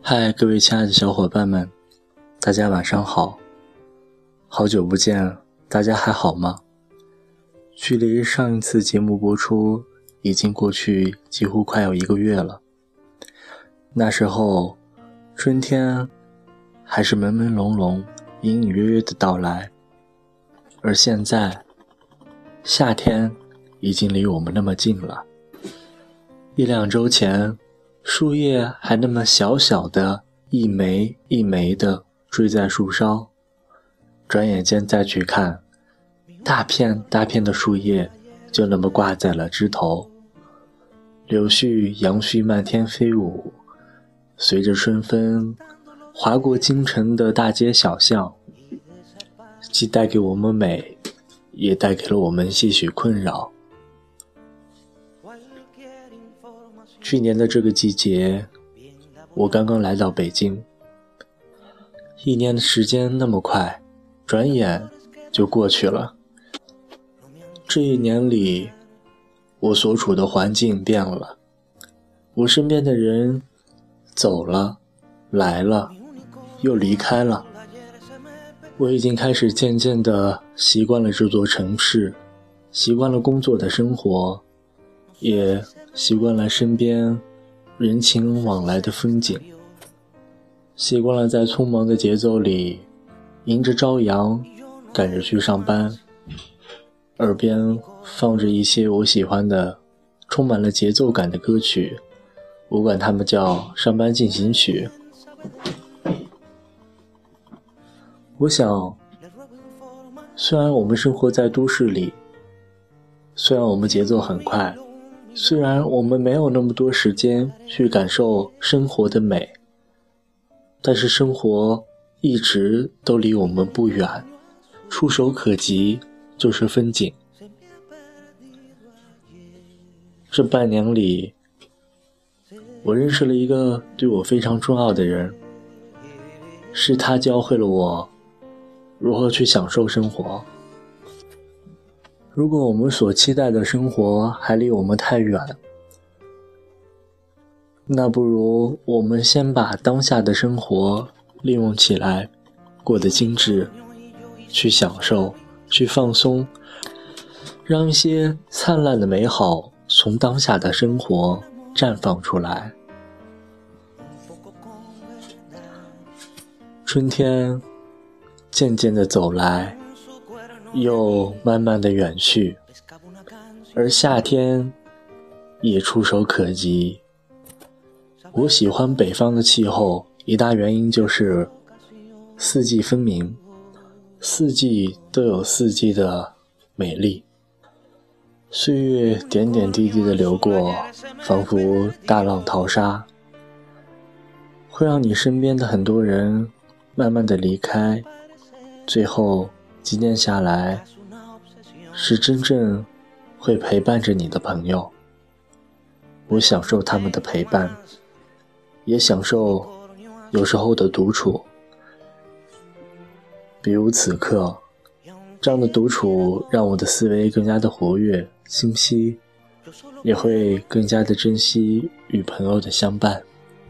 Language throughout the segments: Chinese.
嗨，各位亲爱的小伙伴们，大家晚上好。好久不见，大家还好吗？距离上一次节目播出已经过去几乎快有1个月了。那时候春天还是朦朦胧胧、隐隐约约的到来，而现在夏天已经离我们那么近了。1-2周前，树叶还那么小小的一枚一枚的坠在树梢，转眼间再去看，大片大片的树叶就那么挂在了枝头。柳絮杨絮漫天飞舞，随着春风划过京城的大街小巷，既带给我们美，也带给了我们些许困扰。去年的这个季节，我刚刚来到北京，1年的时间那么快，转眼就过去了。这1年里，我所处的环境变了，我身边的人走了，来了，又离开了。我已经开始渐渐地习惯了这座城市，习惯了工作的生活，也习惯了身边人情往来的风景，习惯了在匆忙的节奏里迎着朝阳赶着去上班，耳边放着一些我喜欢的充满了节奏感的歌曲，我管它们叫上班进行曲。我想，虽然我们生活在都市里，虽然我们节奏很快，虽然我们没有那么多时间去感受生活的美，但是生活一直都离我们不远，触手可及就是风景。这半年里，我认识了一个对我非常重要的人，是他教会了我如何去享受生活。如果我们所期待的生活还离我们太远，那不如我们先把当下的生活利用起来，过得精致，去享受，去放松，让一些灿烂的美好从当下的生活绽放出来。春天渐渐地走来，又慢慢地远去，而夏天也触手可及。我喜欢北方的气候，一大原因就是四季分明，四季都有四季的美丽。岁月点点滴滴地流过，仿佛大浪淘沙，会让你身边的很多人慢慢地离开，最后积淀下来，是真正会陪伴着你的朋友。我享受他们的陪伴，也享受有时候的独处。比如此刻，这样的独处让我的思维更加的活跃清晰，也会更加的珍惜与朋友的相伴。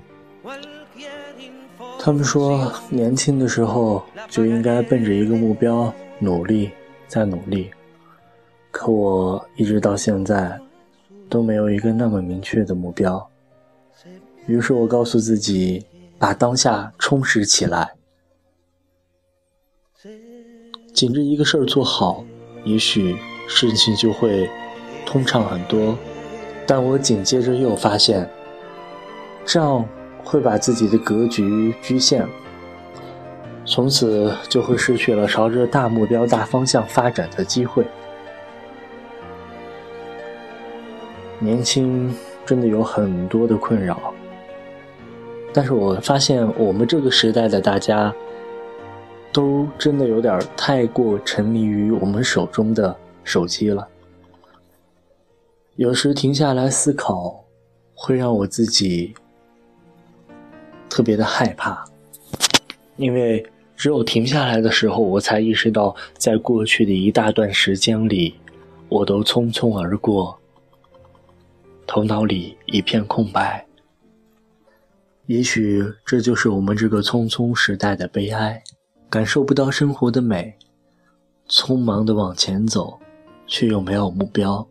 他们说，年轻的时候就应该奔着一个目标努力再努力，可我一直到现在都没有一个那么明确的目标。于是我告诉自己，把当下充实起来，紧着一个事儿做好，也许事情就会通畅很多。但我紧接着又发现，这样会把自己的格局局限，从此就会失去了朝着大目标大方向发展的机会。年轻真的有很多的困扰，但是我发现我们这个时代的大家都真的有点太过沉迷于我们手中的手机了。有时停下来思考，会让我自己特别的害怕，因为只有停下来的时候，我才意识到在过去的一大段时间里，我都匆匆而过，头脑里一片空白。 也许这就是我们这个匆匆时代的悲哀，感受不到生活的美，匆忙地往前走，却又没有目标。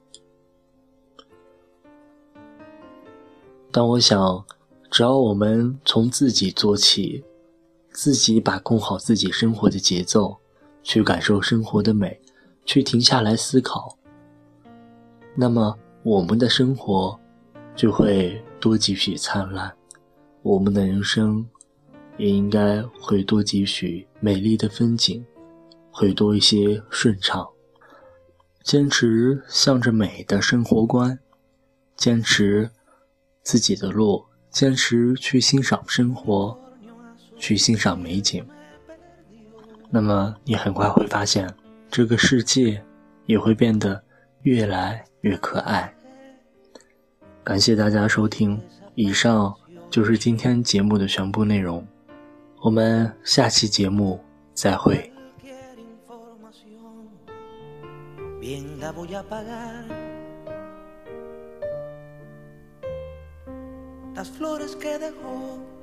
但我想，只要我们从自己做起，自己把控好自己生活的节奏，去感受生活的美，去停下来思考，那么我们的生活就会多几许灿烂，我们的人生也应该会多几许美丽的风景，会多一些顺畅。坚持向着美的生活观，坚持自己的路，坚持去欣赏生活，去欣赏美景，那么你很快会发现，这个世界也会变得越来越可爱。感谢大家收听，以上就是今天节目的全部内容，我们下期节目再会。Bien la voy a pagar. Las flores que dejó